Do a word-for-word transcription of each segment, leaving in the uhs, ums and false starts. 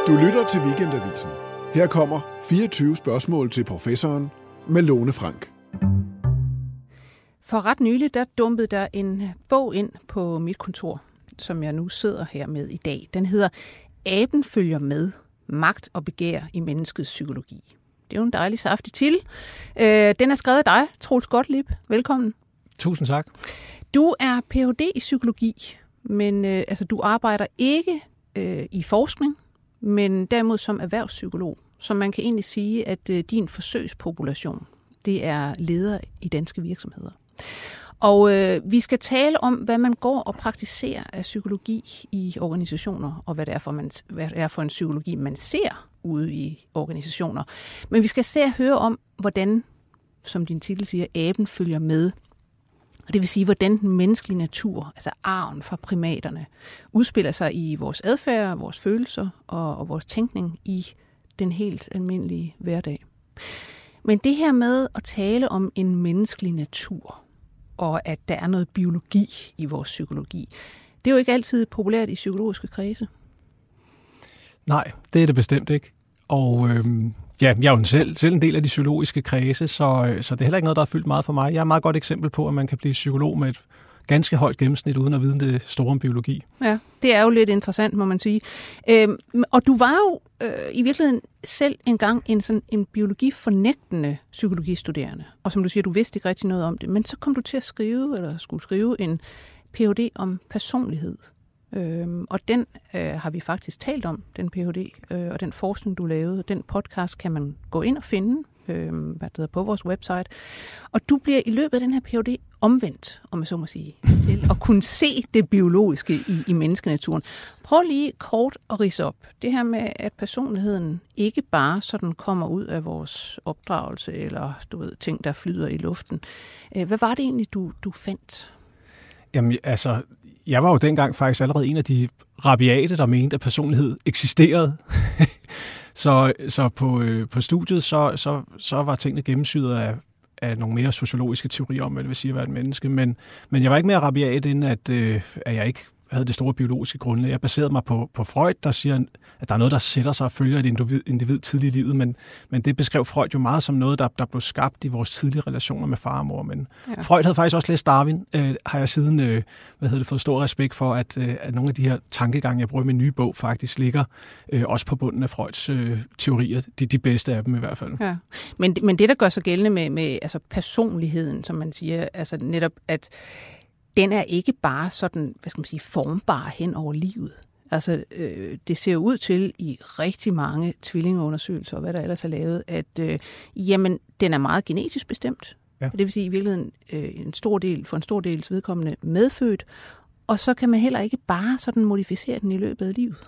Du lytter til Weekendavisen. Her kommer fireogtyve spørgsmål til professoren med Lone Frank. For ret nylig, der dumpede der en bog ind på mit kontor, som jeg nu sidder her med i dag. Den hedder Aben følger med. Magt og begær i menneskets psykologi. Det er jo en dejlig saftig titel. Øh, den er skrevet af dig, Troels Gottlieb. Velkommen. Tusind tak. Du er P H D i psykologi, men øh, altså, du arbejder ikke øh, i forskning, men derimod som erhvervspsykolog. Så man kan egentlig sige, at øh, din forsøgspopulation, det er ledere i danske virksomheder. Og øh, vi skal tale om, hvad man går og praktiserer af psykologi i organisationer, og hvad det er for, man, hvad det er for en psykologi, man ser ude i organisationer. Men vi skal se og høre om, hvordan, som din titel siger, aben følger med. Og det vil sige, hvordan den menneskelige natur, altså arven fra primaterne, udspiller sig i vores adfærd, vores følelser og, og vores tænkning i den helt almindelige hverdag. Men det her med at tale om en menneskelig natur, og at der er noget biologi i vores psykologi, det er jo ikke altid populært i psykologiske kredse. Nej, det er det bestemt ikke. Og øhm, ja, jeg er jo selv, selv en del af de psykologiske kredse, så, så det er heller ikke noget, der har fyldt meget for mig. Jeg er et meget godt eksempel på, at man kan blive psykolog med et ganske højt gennemsnit, uden at vide det store om biologi. Ja, det er jo lidt interessant, må man sige. Øhm, og du var jo øh, i virkeligheden selv engang en, sådan, en biologifornægtende psykologistuderende. Og som du siger, du vidste ikke rigtig noget om det. Men så kom du til at skrive, eller skulle skrive, en P H D om personlighed. Øhm, og den øh, har vi faktisk talt om, den P H D, øh, og den forskning, du lavede. Den podcast kan man gå ind og finde øh, hvad det hedder, på vores website. Og du bliver i løbet af den her P H D omvendt, om jeg så må sige, til at kunne se det biologiske i, i menneskenaturen. Prøv lige kort at ridse op. Det her med, at personligheden ikke bare sådan kommer ud af vores opdragelse, eller du ved, ting, der flyder i luften. Øh, hvad var det egentlig, du, du fandt? Jamen, altså, jeg var jo dengang faktisk allerede en af de rabiate, der mente, at personlighed eksisterede. så så på, øh, på studiet, så, så, så var tingene gennemsyret af, af nogle mere sociologiske teorier om, hvad det vil sige at være et menneske. Men, men jeg var ikke mere rabiat, end at, øh, at jeg ikke havde det store biologiske grundlag. Jeg baserede mig på, på Freud, der siger, at der er noget, der sætter sig og følger et individ, individ tidligt i livet, men, men det beskrev Freud jo meget som noget, der, der blev skabt i vores tidlige relationer med far og mor. Men ja. Freud havde faktisk også læst Darwin, øh, har jeg siden øh, hvad hedder det, fået stor respekt for, at, øh, at nogle af de her tankegange, jeg bruger i min nye bog, faktisk ligger øh, også på bunden af Freuds øh, teorier. De, de bedste af dem i hvert fald. Ja. Men, men det, der gør sig gældende med, med altså personligheden, som man siger, altså netop, at den er ikke bare sådan, hvad skal man sige, formbar hen over livet. Altså, øh, det ser ud til i rigtig mange tvillingeundersøgelser, og hvad der ellers er lavet, at øh, jamen, den er meget genetisk bestemt. Ja. Det vil sige i virkeligheden øh, en stor del, for en stor dels vedkommende medfødt, og så kan man heller ikke bare sådan modificere den i løbet af livet.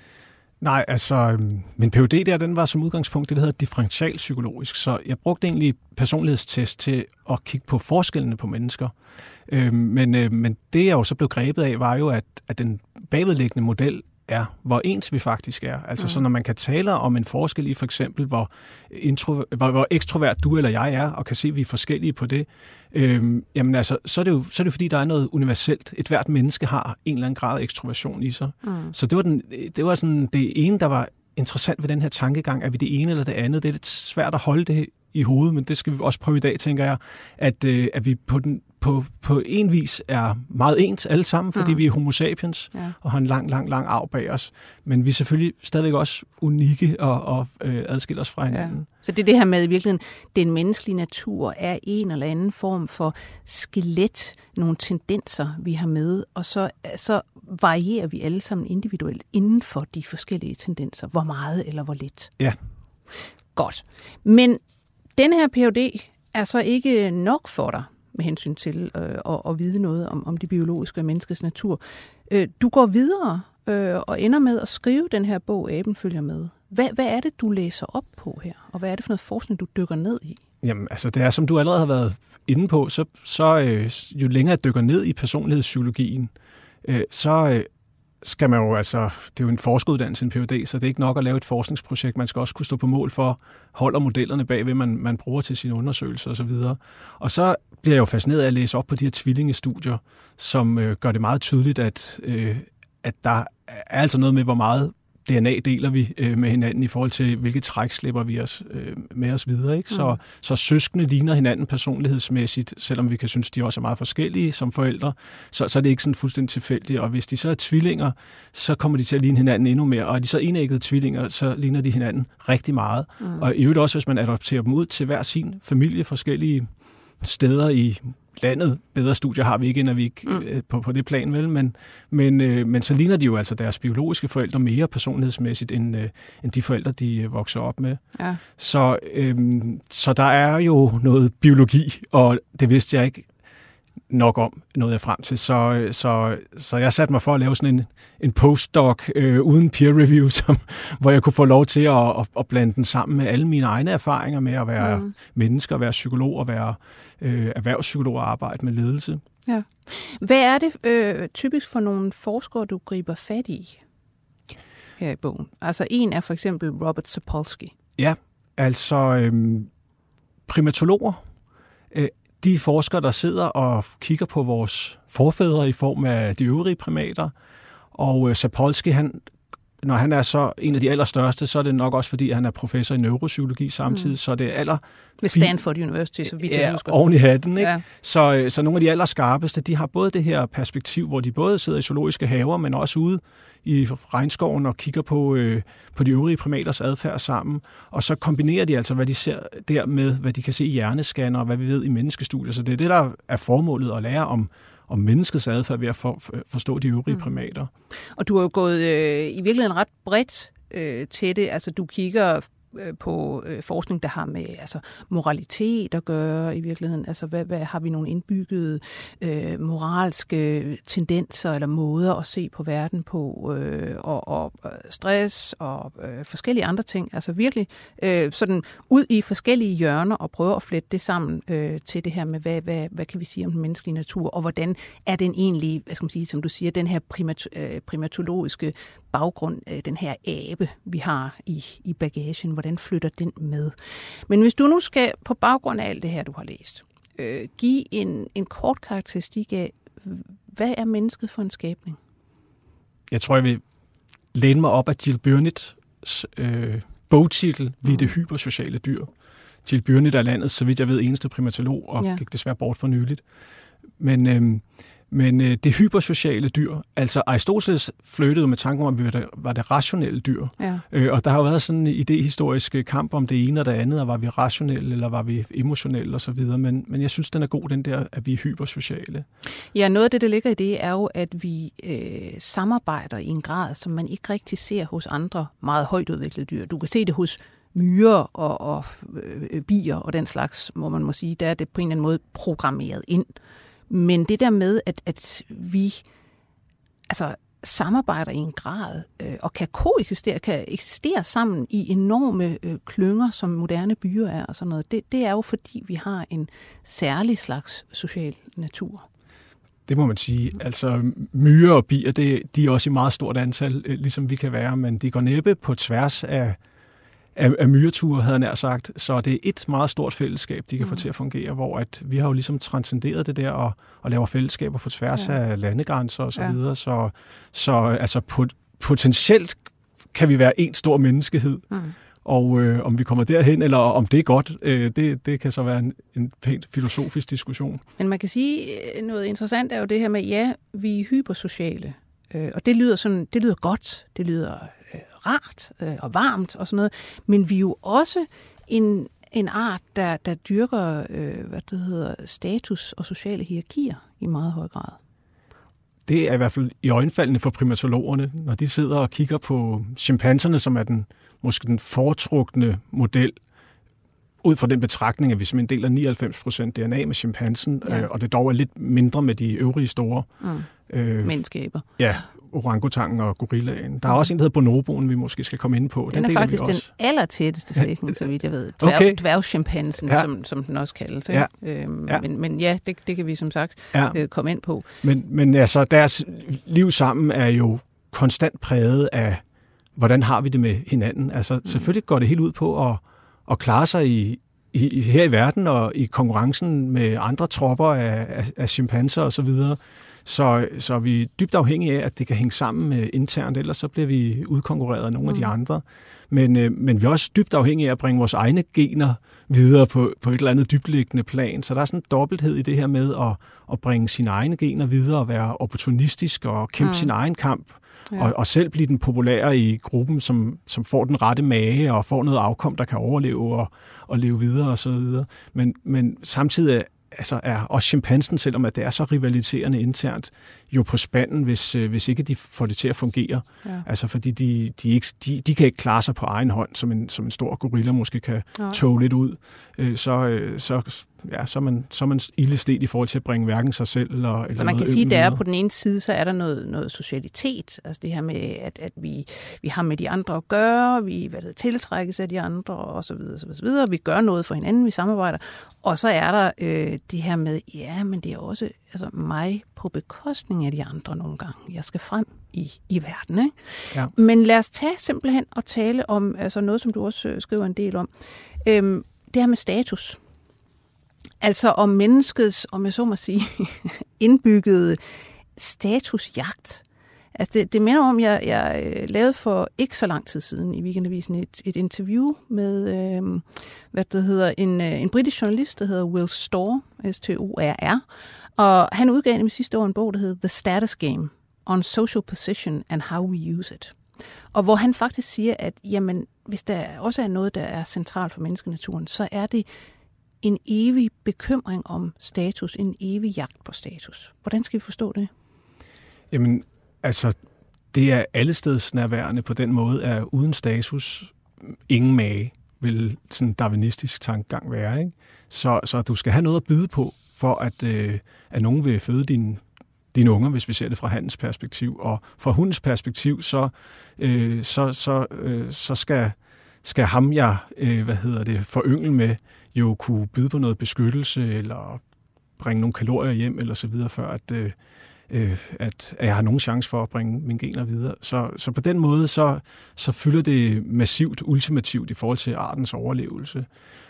Nej, altså, min P H D der, den var som udgangspunkt det, der hedder differentialpsykologisk, så jeg brugte egentlig personlighedstest til at kigge på forskellene på mennesker. Øh, men, øh, men det, jeg jo så blev grebet af, var jo, at, at den bagvedliggende model er, hvor ens vi faktisk er. Altså, mm. så når man kan tale om en forskel i for eksempel, hvor, intro, hvor, hvor ekstrovert du eller jeg er, og kan se, at vi er forskellige på det, øh, jamen altså, så er det jo så er det fordi, der er noget universelt. Et hvert menneske har en eller anden grad af ekstroversion i sig. Mm. Så det var, den, det var sådan det ene, der var interessant ved den her tankegang. Er vi det ene eller det andet? Det er lidt svært at holde det i hovedet, men det skal vi også prøve i dag, tænker jeg, at, øh, at vi på den På, på en vis er meget ens alle sammen, fordi mm. vi er homo sapiens ja. og har en lang, lang, lang arv bag os. Men vi er selvfølgelig stadigvæk også unikke og, og øh, adskiller os fra hinanden. Ja. Så det er det her med i virkeligheden, den menneskelige natur er en eller anden form for skelet, nogle tendenser, vi har med, og så, så varierer vi alle sammen individuelt inden for de forskellige tendenser. Hvor meget eller hvor lidt. Ja. Godt. Men denne her P H D er så ikke nok for dig, med hensyn til øh, at, at vide noget om, om det biologiske og menneskets natur. Øh, du går videre øh, og ender med at skrive den her bog, Aben følger med. Hvad, hvad er det, du læser op på her? Og hvad er det for noget forskning, du dykker ned i? Jamen, altså det er, som du allerede har været inde på, så, så øh, jo længere jeg dykker ned i personlighedspsykologien, øh, så øh, skal man jo, altså, det er jo en forskeruddannelse, en P H D, så det er ikke nok at lave et forskningsprojekt. Man skal også kunne stå på mål for, holder modellerne bag, hvad man, man bruger til sine undersøgelser osv. Og så bliver jeg jo fascineret af at læse op på de her tvillingestudier, som øh, gør det meget tydeligt, at, øh, at der er altså noget med, hvor meget D N A deler vi øh, med hinanden i forhold til, hvilke træk slipper vi os øh, med os videre. Ikke? Så, mm. så søskende ligner hinanden personlighedsmæssigt, selvom vi kan synes, de også er meget forskellige som forældre, så, så er det ikke sådan fuldstændig tilfældigt. Og hvis de så er tvillinger, så kommer de til at ligne hinanden endnu mere. Og er de så enæggede tvillinger, så ligner de hinanden rigtig meget. Mm. Og i øvrigt også, hvis man adopterer dem ud til hver sin familie, forskellige steder i landet. Bedre studier har vi ikke, end at vi ikke mm. øh, på, på det plan, vel? Men, men, øh, men så ligner de jo altså deres biologiske forældre mere personlighedsmæssigt, end, øh, end de forældre, de øh, vokser op med. Ja. Så, øh, så der er jo noget biologi, og det vidste jeg ikke nok om, noget jeg frem til. Så, så, så jeg satte mig for at lave sådan en, en postdoc øh, uden peer review, som, hvor jeg kunne få lov til at, at, at blande den sammen med alle mine egne erfaringer med at være mm. menneske, at være psykolog, og være øh, erhvervspsykolog og arbejde med ledelse. Ja. Hvad er det øh, typisk for nogle forskere, du griber fat i her i bogen? Altså en er for eksempel Robert Sapolsky. Ja, altså øh, primatologer. Øh, De forskere, der sidder og kigger på vores forfædre i form af de øvrige primater, og øh, Sapolsky, han, når han er så en af de allerstørste, så er det nok også, fordi han er professor i neuropsykologi samtidig, mm. så det er aller... Ved Stanford University, så vidt jeg husker. Ja, oven i hatten, ikke? Ja. Så, så nogle af de allerskarpeste, de har både det her perspektiv, hvor de både sidder i zoologiske haver, men også ude i regnskoven og kigger på, øh, på de øvrige primaters adfærd sammen. Og så kombinerer de altså, hvad de ser der med, hvad de kan se i hjernescanner, og hvad vi ved i menneskestudier. Så det er det, der er formålet at lære om, om menneskets adfærd ved at for, for, forstå de øvrige mm. primater. Og du har jo gået øh, i virkeligheden ret bredt øh, til det. Altså, du kigger på øh, forskning, der har med altså, moralitet at gøre i virkeligheden. Altså, hvad, hvad har vi nogle indbyggede øh, moralske tendenser eller måder at se på verden på, øh, og, og stress og øh, forskellige andre ting. Altså virkelig øh, sådan ud i forskellige hjørner og prøve at flette det sammen øh, til det her med, hvad, hvad, hvad kan vi sige om den menneskelige natur, og hvordan er den egentlig, hvad skal man sige, som du siger, den her primat, øh, primatologiske baggrund, øh, den her abe, vi har i, i bagagen, hvordan flytter den med. Men hvis du nu skal på baggrund af alt det her, du har læst, øh, give en, en kort karakteristik af, hvad er mennesket for en skabning? Jeg tror, jeg vil læne mig op af Jill Burnitts øh, bogtitel, Vi er det hypersociale dyr. Jill Burnett er landets, så vidt jeg ved, eneste primatolog, og ja. gik desværre bort for nyligt. Men... Øh, Men øh, det hypersociale dyr, altså Aristoteles flirtede med tanken om, at vi var det, var det rationelle dyr. Ja. Øh, og der har jo været sådan en idehistorisk kamp om det ene og det andet, og var vi rationelle, eller var vi emotionelle osv. Men, men jeg synes, den er god, den der, at vi er hypersociale. Ja, noget af det, der ligger i det, er jo, at vi øh, samarbejder i en grad, som man ikke rigtig ser hos andre meget højt udviklede dyr. Du kan se det hos myrer og, og øh, bier og den slags, må man må sige. Der er det på en eller anden måde programmeret ind. Men det der med, at, at vi altså, samarbejder i en grad øh, og kan koexistere, kan eksistere sammen i enorme øh, klynger, som moderne byer er og sådan noget, det, det er jo fordi, vi har en særlig slags social natur. Det må man sige. Altså, myrer og bier, det, de er også i meget stort antal, øh, ligesom vi kan være, men de går næppe på tværs af af, af myreture, havde jeg nær sagt. Så det er et meget stort fællesskab, de kan mm. få til at fungere, hvor at vi har jo ligesom transcenderet det der og, og laver fællesskaber på tværs ja. af landegrænser og så ja. videre. Så, så altså pot, potentielt kan vi være en stor menneskehed. Mm. Og øh, om vi kommer derhen, eller om det er godt, øh, det, det kan så være en, en pænt filosofisk diskussion. Men man kan sige, noget interessant er jo det her med, ja, vi er hypersociale. Øh, og det lyder, sådan, det lyder godt, det lyder øh, rart øh, og varmt og sådan noget. Men vi er jo også en, en art, der, der dyrker øh, hvad det hedder, status og sociale hierarkier i meget høj grad. Det er i hvert fald i øjenfaldende for primatologerne, når de sidder og kigger på chimpanserne, som er den måske den foretrukne model, ud fra den betragtning, at vi simpelthen deler nioghalvfems procent D N A med chimpansen, ja. øh, og det dog er lidt mindre med de øvrige store mm. øh, menneskeaber. Ja, orangutangen og gorillaen. Der er mm. også en, der hedder bonoboen, vi måske skal komme ind på. Den, den er faktisk den allertætteste slægtning, så vidt jeg ved. Dværg, okay. Dværgchimpansen, ja. som, som den også kaldes. Ja. Øhm, ja. Men, men ja, det, det kan vi som sagt ja. øh, komme ind på. Men, men altså, deres liv sammen er jo konstant præget af, hvordan har vi det med hinanden. Altså, mm. selvfølgelig går det helt ud på at, at klare sig i, i, her i verden og i konkurrencen med andre tropper af, af, af chimpanser og så videre. Så, så vi er dybt afhængige af, at det kan hænge sammen øh, internt, ellers så bliver vi udkonkurreret af nogle mm. af de andre. Men, øh, men vi er også dybt afhængige af at bringe vores egne gener videre på, på et eller andet dybtliggende plan. Så der er sådan en dobbelthed i det her med at, at bringe sine egne gener videre og være opportunistisk og kæmpe mm. sin egen kamp. Ja. Og, og selv blive den populære i gruppen, som, som får den rette mage og får noget afkom, der kan overleve og, og leve videre og så videre. Men, men samtidig altså er også chimpansen, selvom at det er så rivaliserende internt, jo på spanden, hvis, hvis ikke de får det til at fungere. Ja. Altså fordi de, de, ikke, de, de kan ikke klare sig på egen hånd, som en, som en stor gorilla måske kan Nej. tåge lidt ud. Så, så, ja, så, er man, så er man ildestet i forhold til at bringe hverken sig selv eller, eller så man kan sige, at der på den ene side, så er der noget, noget socialitet. Altså det her med, at, at vi, vi har med de andre at gøre, vi hvad det, tiltrækkes af de andre, og så videre, så videre. Vi gør noget for hinanden, vi samarbejder. Og så er der øh, det her med, ja, men det er også altså, mig på bekostning af de andre nogle gange. Jeg skal frem i, i verden. Ikke? Ja. Men lad os tage simpelthen og tale om altså noget, som du også skriver en del om. Øhm, det her med status. Altså om menneskets, om jeg så må sige, indbyggede statusjagt. Altså det, det minder om, jeg, jeg lavede for ikke så lang tid siden i Weekendavisen et, et interview med øh, hvad det hedder, en, en britisk journalist, der hedder Will Storr, S T O R R. Og han udgav i sidste år en bog, der hedder The Status Game on Social Position and How We Use It. Og hvor han faktisk siger, at jamen, hvis der også er noget, der er centralt for menneskenaturen, så er det en evig bekymring om status, en evig jagt på status. Hvordan skal vi forstå det? Jamen, altså, det er allestedsnærværende på den måde, at uden status, ingen mage, vil sådan en darwinistisk tankegang være. Ikke? Så, så du skal have noget at byde på, for at, øh, at nogen vil føde dine, dine unger, hvis vi ser det fra handens perspektiv. Og fra hundens perspektiv, så, øh, så, så, øh, så skal, skal ham, jeg øh, hvad hedder det, foryngle med, jo kunne byde på noget beskyttelse, eller bringe nogle kalorier hjem, eller så videre, før at, øh, at, at jeg har nogen chance for at bringe mine gener videre. Så, så på den måde, så, så fylder det massivt, ultimativt i forhold til artens overlevelse.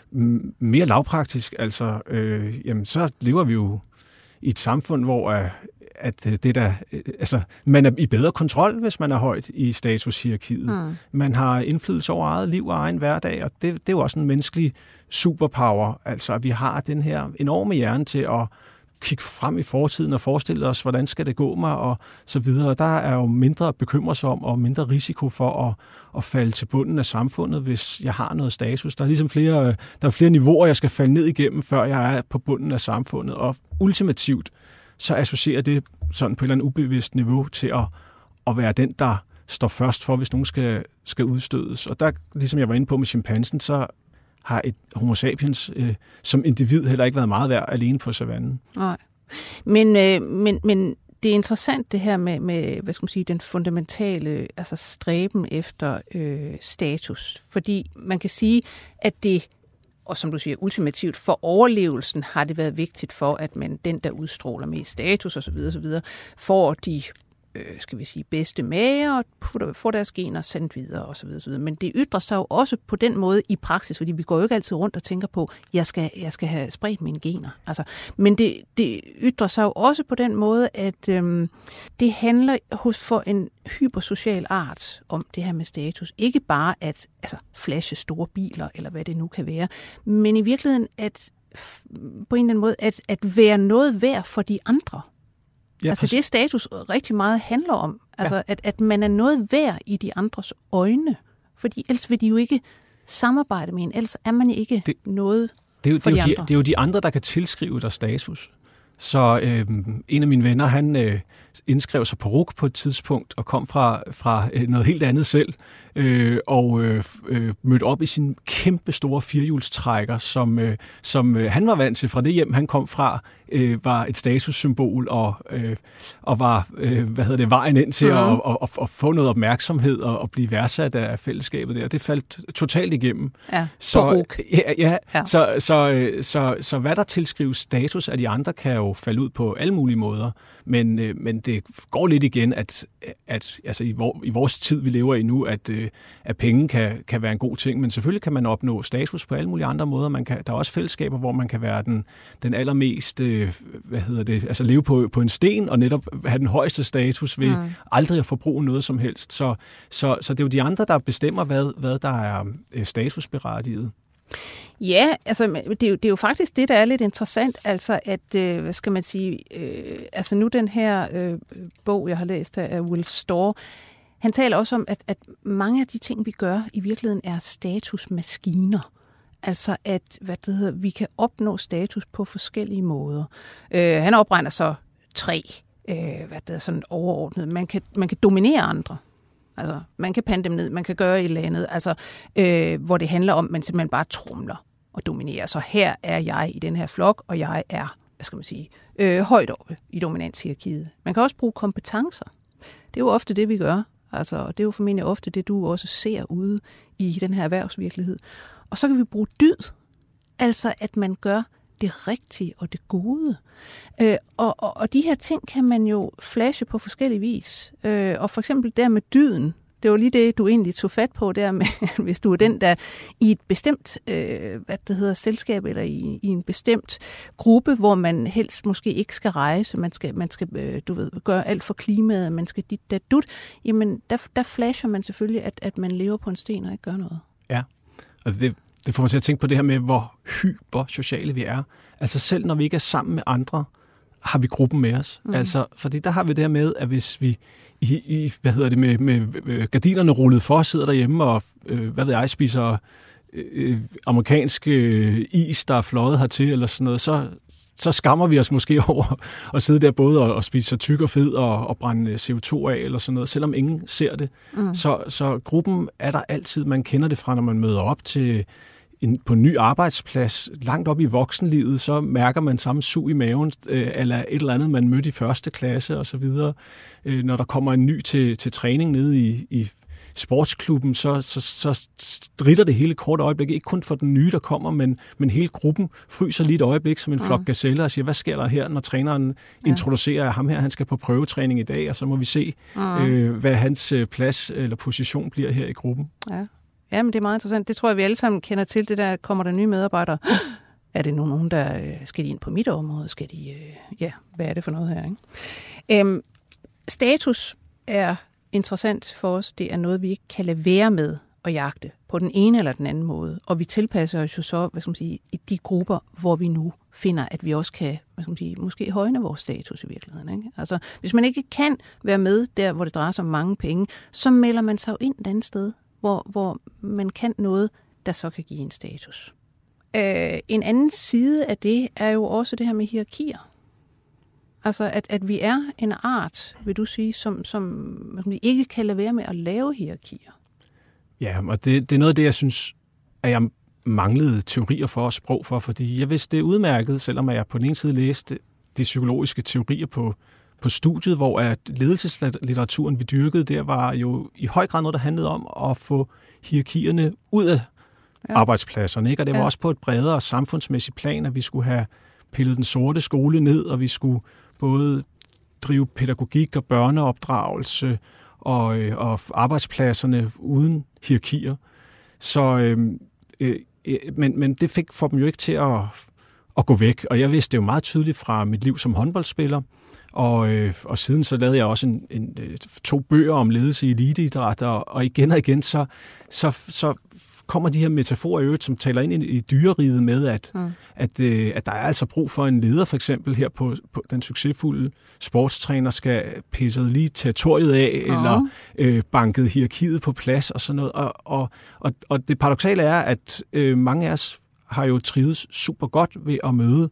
Mere lavpraktisk, altså, øh, jamen, så lever vi jo i et samfund, hvor at, at det der, altså, man er i bedre kontrol, hvis man er højt i statushierarkiet. Mm. Man har indflydelse over eget liv og egen hverdag, og det, det er jo også en menneskelig superpower. Altså, at vi har den her enorme hjerne til at kigge frem i fortiden og forestille os, hvordan skal det gå mig, og så videre. Der er jo mindre at bekymre sig om, og mindre risiko for at, at falde til bunden af samfundet, hvis jeg har noget status. Der er ligesom flere, der er flere niveauer, jeg skal falde ned igennem, før jeg er på bunden af samfundet. Og ultimativt, så associerer det sådan på et eller andet ubevidst niveau til at, at være den, der står først for, hvis nogen skal, skal udstødes. Og der, ligesom jeg var inde på med chimpansen, så har et homo sapiens øh, som individ heller ikke været meget værd alene på savannen. Nej. Men, øh, men, men det er interessant det her med, med hvad skal man sige, den fundamentale altså stræben efter øh, status. Fordi man kan sige, at det, og som du siger, ultimativt for overlevelsen har det været vigtigt for, at man den, der udstråler mest status osv., osv., får de skal vi sige, bedste mager, og får deres gener sendt videre osv. osv. Men det ytrer sig jo også på den måde i praksis, fordi vi går jo ikke altid rundt og tænker på, jeg skal, jeg skal have spredt mine gener. Altså, men det, det ytrer sig jo også på den måde, at øhm, det handler hos for en hypersocial art om det her med status. Ikke bare at altså, flashe store biler, eller hvad det nu kan være, men i virkeligheden at på en eller anden måde, at, at være noget værd for de andre. Ja, altså det status rigtig meget handler om, altså ja. at, at man er noget værd i de andres øjne, fordi ellers vil de jo ikke samarbejde med en, ellers er man ikke det, noget det er jo, for det er de jo andre. De, det er jo de andre, der kan tilskrive dig status. Så øh, en af mine venner, han øh, indskrev sig på R U C på et tidspunkt og kom fra, fra øh, noget helt andet selv øh, og øh, øh, mødte op i sin kæmpe store firehjulstrækker, som, øh, som øh, han var vant til fra det hjem, han kom fra, øh, var et statussymbol og, øh, og var øh, hvad hedder det, vejen ind til mm-hmm. at, at, at, at få noget opmærksomhed og at blive værdsat af fællesskabet der. Det faldt totalt igennem. Ja, så, ja, ja, ja. Så, så, så, så hvad der tilskrives status af de andre, kan jo falde ud på alle mulige måder. Men, men det går lidt igen, at, at altså i, vor, i vores tid, vi lever i nu, at, at penge kan, kan være en god ting, men selvfølgelig kan man opnå status på alle mulige andre måder. Man kan, der er også fællesskaber, hvor man kan være den, den allermest, hvad hedder det, altså leve på, på en sten og netop have den højeste status ved mm. aldrig at forbruge noget som helst. Så, så, så det er jo de andre, der bestemmer, hvad, hvad der er statusberettiget. Ja, altså det er, jo, det er jo faktisk det, der er lidt interessant, altså at, øh, hvad skal man sige, øh, altså nu den her øh, bog, jeg har læst af Will Storr, han taler også om, at, at mange af de ting, vi gør, i virkeligheden er statusmaskiner. Altså at, hvad det hedder, vi kan opnå status på forskellige måder. Øh, han opregner så tre, øh, hvad det er sådan overordnet. Man kan, man kan dominere andre. Altså, man kan pande dem ned, man kan gøre et eller andet, altså, øh, hvor det handler om, at man simpelthen bare tromler og dominerer. Så her er jeg i den her flok, og jeg er, hvad skal man sige, øh, højt oppe i dominanshierarkiet. Man kan også bruge kompetencer. Det er jo ofte det, vi gør. Altså, det er jo formentlig ofte det, du også ser ude i den her erhvervsvirkelighed. Og så kan vi bruge dyd, altså at man gør det rigtige og det gode. Øh, og, og, og de her ting kan man jo flashe på forskellige vis. Øh, og for eksempel der med dyden, det var lige det, du egentlig tog fat på der med, hvis du er den, der i et bestemt øh, hvad det hedder, selskab eller i, i en bestemt gruppe, hvor man helst måske ikke skal rejse, man skal, man skal øh, du ved, gøre alt for klimaet, man skal dit, dat, dut, jamen der, der flasher man selvfølgelig, at, at man lever på en sten og ikke gør noget. Ja, altså det Det får mig til at tænke på det her med, hvor hyper sociale vi er. Altså selv når vi ikke er sammen med andre, har vi gruppen med os. Mm. Altså, fordi der har vi det her med, at hvis vi i, i hvad hedder det, med, med gardinerne rullet for, sidder derhjemme og, øh, hvad ved jeg, spiser øh, amerikansk øh, is, der er fløjet hertil, eller sådan noget, så, så skammer vi os måske over at sidde der både og, og spise tyk og fed og, og brænde C O to af, eller sådan noget, selvom ingen ser det. Mm. Så, så gruppen er der altid. Man kender det fra, når man møder op til en, på en ny arbejdsplads, langt op i voksenlivet, så mærker man samme sug i maven, øh, eller et eller andet, man mødte i første klasse og så videre. Øh, når der kommer en ny til, til træning nede i, i sportsklubben, så, så, så stritter det hele kort øjeblik. Ikke kun for den nye, der kommer, men, men hele gruppen fryser lige et øjeblik som en flok mm. gazeller og siger, hvad sker der her, når træneren ja. introducerer ham her, han skal på prøvetræning i dag, og så må vi se, mm. øh, hvad hans plads eller position bliver her i gruppen. Ja. Ja, men det er meget interessant. Det tror jeg, vi alle sammen kender til, det der, kommer der nye medarbejdere. Er det nogen, der skal de ind på mit område? Skal de, ja, hvad er det for noget her, ikke? Øhm, status er interessant for os. Det er noget, vi ikke kan lade være med at jagte på den ene eller den anden måde. Og vi tilpasser os jo så, hvad skal man sige, i de grupper, hvor vi nu finder, at vi også kan, hvad skal man sige, måske højne vores status i virkeligheden, ikke? Altså, hvis man ikke kan være med der, hvor det drejer sig om mange penge, så melder man sig jo ind et andet sted, Hvor, hvor man kan noget, der så kan give en status. Øh, en anden side af det er jo også det her med hierarkier. Altså, at, at vi er en art, vil du sige, som, som vi ikke kan lade være med at lave hierarkier. Ja, og det, det er noget af det, jeg synes, at jeg manglede teorier for og sprog for, fordi jeg vidste det udmærket, selvom jeg på den ene side læste de psykologiske teorier på på studiet, hvor at ledelseslitteraturen, vi dyrkede der, var jo i høj grad noget, der handlede om at få hierarkierne ud af ja. arbejdspladserne. Ikke? Og det var ja. også på et bredere samfundsmæssigt plan, at vi skulle have pillet den sorte skole ned, og vi skulle både drive pædagogik og børneopdragelse og, og arbejdspladserne uden hierarkier. Så, øh, øh, men, men det fik for dem jo ikke til at, at gå væk. Og jeg vidste det jo meget tydeligt fra mit liv som håndboldspiller. Og, øh, og siden så lavede jeg også en, en, to bøger om ledelse i eliteidræt, og, og igen og igen så, så, så kommer de her metaforer i øvrigt, som taler ind i, i dyreriget med, at, mm. at, øh, at der er altså brug for en leder, for eksempel her på, på den succesfulde sportstræner, skal pisse lige territoriet af, mm. eller øh, banket hierarkiet på plads og sådan noget. Og, og, og, og det paradoksale er, at øh, mange af os har jo trives super godt ved at møde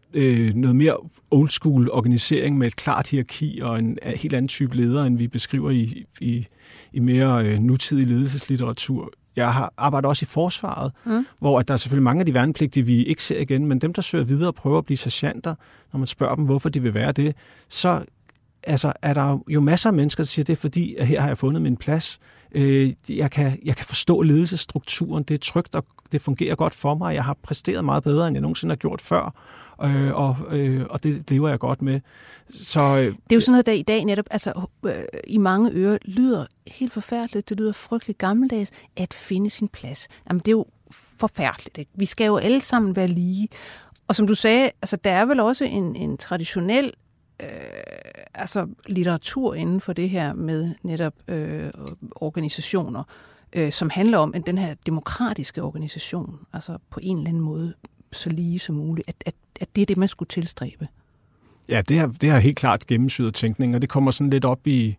noget mere old school organisering med et klart hierarki og en helt anden type leder, end vi beskriver i, i, i mere nutidig ledelseslitteratur. Jeg har arbejdet også i forsvaret, mm. hvor at der er selvfølgelig mange af de værnepligtige, vi ikke ser igen, men dem, der søger videre og prøver at blive sergeanter, når man spørger dem, hvorfor de vil være det, så altså, er der jo masser af mennesker, der siger, det er fordi, at her har jeg fundet min plads. Øh, jeg, kan, jeg kan forstå ledelsesstrukturen, det er trygt, og det fungerer godt for mig. Jeg har præsteret meget bedre, end jeg nogensinde har gjort før, øh, og, øh, og det lever jeg godt med. Så, øh, det er jo sådan noget, der i dag netop altså, øh, i mange ører lyder helt forfærdeligt, det lyder frygteligt gammeldags, at finde sin plads. Jamen, det er jo forfærdeligt, ikke? Vi skal jo alle sammen være lige. Og som du sagde, altså, der er vel også en, en traditionel øh, altså, litteratur inden for det her med netop øh, organisationer, øh, som handler om at den her demokratiske organisation, altså på en eller anden måde så lige som muligt, at, at, at det er det, man skulle tilstræbe. Ja, det har, det har helt klart gennemsyret tænkning, og det kommer sådan lidt op i,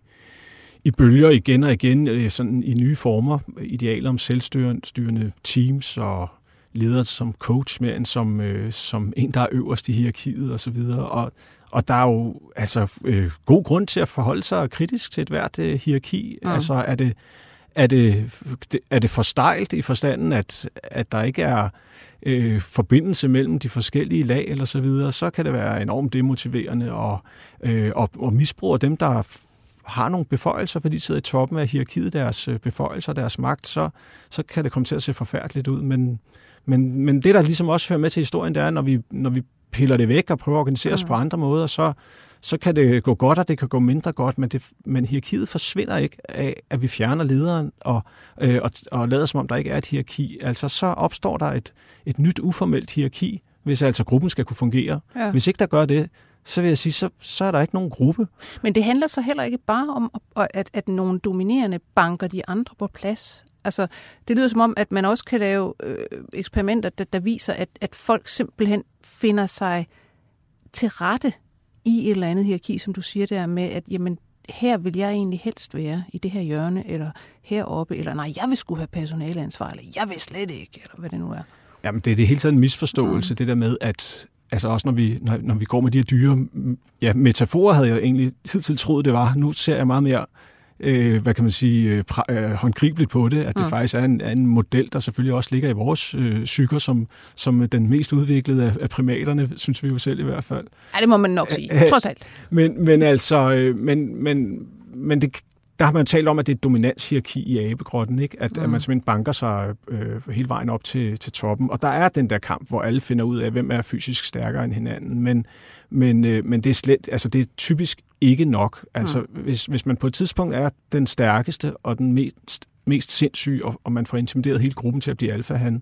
i bølger igen og igen, sådan i nye former, idealer om selvstyrende teams og ledere som coach mere end som, øh, som en, der er øverst i hierarkiet og så videre. Og, og der er jo altså øh, god grund til at forholde sig kritisk til et hvert øh, hierarki. Mm. Altså er det, er det, er det for stejlt i forstanden, at, at der ikke er øh, forbindelse mellem de forskellige lag eller så videre, så kan det være enormt demotiverende og, øh, og, og misbruge dem, der har nogle beføjelser, fordi de sidder i toppen af hierarkiet, deres beføjelser, deres magt, så, så kan det komme til at se forfærdeligt ud. Men, men, men det, der ligesom også hører med til historien, det er, når vi, når vi piller det væk og prøver at organisere os mm. på andre måder, så, så kan det gå godt, og det kan gå mindre godt, men, det, men hierarkiet forsvinder ikke af, at vi fjerner lederen og, øh, og, og lader som om, der ikke er et hierarki. Altså, så opstår der et, et nyt uformelt hierarki, hvis altså gruppen skal kunne fungere. Ja. Hvis ikke der gør det, så vil jeg sige, så, så er der ikke nogen gruppe. Men det handler så heller ikke bare om, at, at nogle dominerende banker de andre på plads. Altså, det lyder som om, at man også kan lave øh, eksperimenter, der, der viser, at, at folk simpelthen finder sig til rette i et eller andet hierarki, som du siger der med, at jamen, her vil jeg egentlig helst være, i det her hjørne, eller heroppe, eller nej, jeg vil skulle have personaleansvar, eller jeg vil slet ikke, eller hvad det nu er. Jamen, det er det hele tiden en misforståelse, mm. det der med, at altså også når vi, når, når vi går med de her dyre ja, metaforer, havde jeg egentlig hidtil troet, det var. Nu ser jeg meget mere, øh, hvad kan man sige, pra, øh, håndgribeligt på det, at det mm. faktisk er en, er en model, der selvfølgelig også ligger i vores øh, psyker, som, som den mest udviklede af, af primaterne, synes vi jo selv i hvert fald. Ja, det må man nok sige, Æh, trods alt. Men, men altså, øh, men, men, men det der har man jo talt om, at det er et dominanshierarki i abegrotten, ikke? At, mm. at man simpelthen banker sig øh, hele vejen op til, til toppen. Og der er den der kamp, hvor alle finder ud af, hvem er fysisk stærkere end hinanden. Men, men, øh, men det er slet, altså det er typisk ikke nok. Altså mm. hvis, hvis man på et tidspunkt er den stærkeste og den mest, mest sindssyge, og, og man får intimideret hele gruppen til at blive alfahan,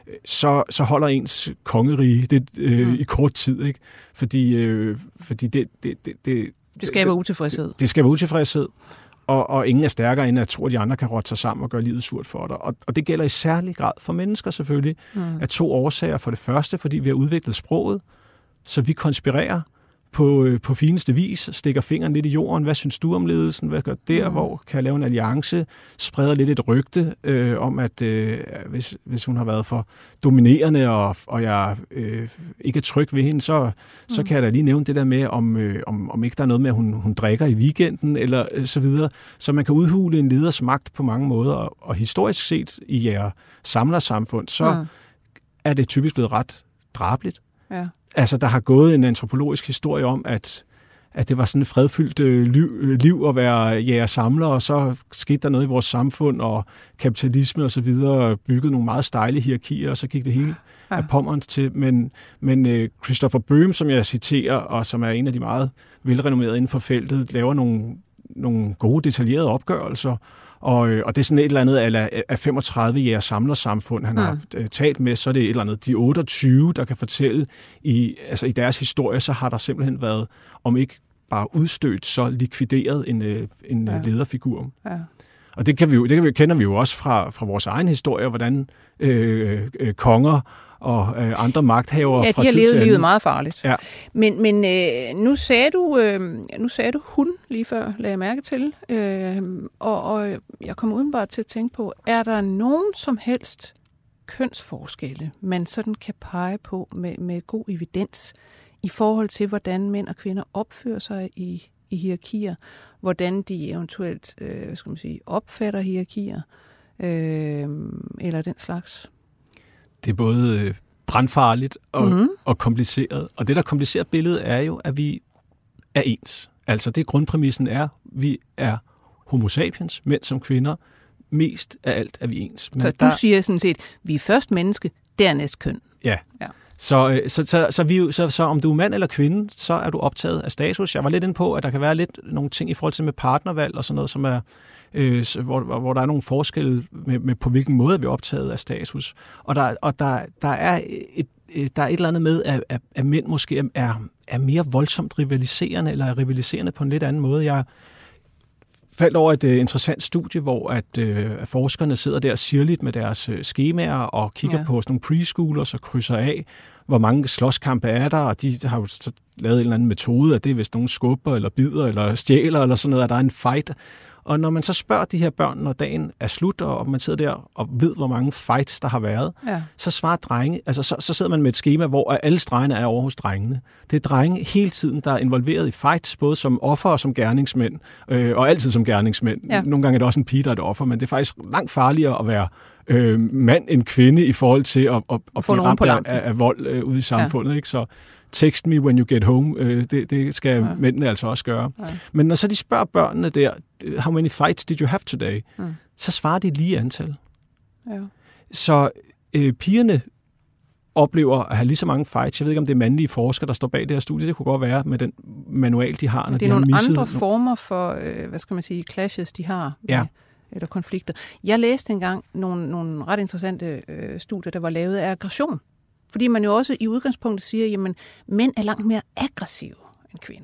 så, så holder ens kongerige det øh, mm. i kort tid, ikke? Fordi, øh, fordi det, det, det, det... Det skaber utilfredshed. Det, det skaber utilfredshed. Og, og ingen er stærkere end at tro, at de andre kan rotte sig sammen og gøre livet surt for dig. Og, og det gælder i særlig grad for mennesker selvfølgelig, mm. af to årsager. For det første, fordi vi har udviklet sproget, så vi konspirerer på, på fineste vis, stikker fingeren lidt i jorden. Hvad synes du om ledelsen? Hvad gør der? Mm. Hvor kan jeg lave en alliance? Spreder lidt et rygte øh, om, at øh, hvis, hvis hun har været for dominerende, og, og jeg øh, ikke er tryg ved hende, så, mm. så kan jeg da lige nævne det der med, om, øh, om, om ikke der er noget med, at hun, hun drikker i weekenden, eller øh, så videre. Så man kan udhule en leders magt på mange måder, og, og historisk set i jeres samlersamfund, så mm. er det typisk blevet ret drabeligt. Ja. Altså, der har gået en antropologisk historie om, at, at det var sådan et fredfyldt øh, liv, liv at være jæger-samler, og så skete der noget i vores samfund, og kapitalisme og så videre, byggede nogle meget stejle hierarkier, og så gik det hele ja. af pommerens til. Men, men øh, Christopher Böhm, som jeg citerer, og som er en af de meget velrenommerede inden for feltet, laver nogle, nogle gode, detaljerede opgørelser, Og, og det er sådan et eller andet af femogtredive jæger-samler-samfund, han har mm. talt med, så er det et eller andet de otteogtyve, der kan fortælle, i, altså i deres historie, så har der simpelthen været, om ikke bare udstødt, så likvideret en, en ja. lederfigur. Ja. Og det, kan vi jo, det kan vi, kender vi jo også fra, fra vores egen historie, hvordan øh, øh, konger og øh, andre magthavere ja, fra tid til anden. Ja, de har levet livet meget farligt. Ja. Men, men øh, nu, sagde du, øh, nu sagde du hun lige før, lagde jeg mærke til, øh, og, og jeg kom udenbart til at tænke på, er der nogen som helst kønsforskelle, man sådan kan pege på med, med god evidens i forhold til, hvordan mænd og kvinder opfører sig i, i hierarkier, hvordan de eventuelt øh, hvad skal man sige, opfatter hierarkier, øh, eller den slags? Det er både brandfarligt og, mm. og kompliceret. Og det, der komplicerer billedet, er jo, at vi er ens. Altså det grundpræmissen er, vi er homo sapiens, mænd som kvinder, mest af alt er vi ens. Men så der... du siger sådan set, vi er først menneske, dernæst køn. Ja. ja. Så, så, så, så, vi, så, så om du er mand eller kvinde, så er du optaget af status. Jeg var lidt inde på, at der kan være lidt nogle ting i forhold til med partnervalg og sådan noget, som er, øh, hvor, hvor der er nogle forskelle med, med på hvilken måde vi er optaget af status. Og der, og der, der, er, et, der er et eller andet med, at, at, at mænd måske er, er mere voldsomt rivaliserende, eller er rivaliserende på en lidt anden måde. Jeg faldt over et uh, interessant studie, hvor at, uh, forskerne sidder der sirligt med deres uh, skemaer og kigger ja. på sådan nogle preschoolers og krydser af, hvor mange slåskampe er der, og de har jo så lavet en eller anden metode, at det er hvis nogen skubber eller bider eller stjæler eller sådan noget, at der er en fight. Og når man så spørger de her børn, når dagen er slut, og man sidder der og ved, hvor mange fights der har været, ja. så svarer drenge, altså så, så sidder man med et skema, hvor alle stregene er over hos drengene. Det er drenge hele tiden, der er involveret i fights, både som offer og som gerningsmænd, øh, og altid som gerningsmænd. Ja. Nogle gange er det også en pige, der er et offer, men det er faktisk langt farligere at være øh, mand end kvinde i forhold til at, at, at blive ramt af, af, af vold øh, ude i samfundet. Ja. Ikke? Så text me when you get home, øh, det, det skal ja. mændene altså også gøre. Ja. Men når så de spørger børnene der, how many fights did you have today? Mm. Så svarer de lige antal. Ja. Så øh, pigerne oplever at have lige så mange fights. Jeg ved ikke, om det er mandlige forskere, der står bag det her studie. Det kunne godt være med den manual, de har. Når det er de nogle har andre former for, øh, hvad skal man sige, clashes, de har. Med, ja. Eller konflikter. Jeg læste engang nogle, nogle ret interessante øh, studier, der var lavet af aggression. Fordi man jo også i udgangspunktet siger, jamen, mænd er langt mere aggressive end kvinder.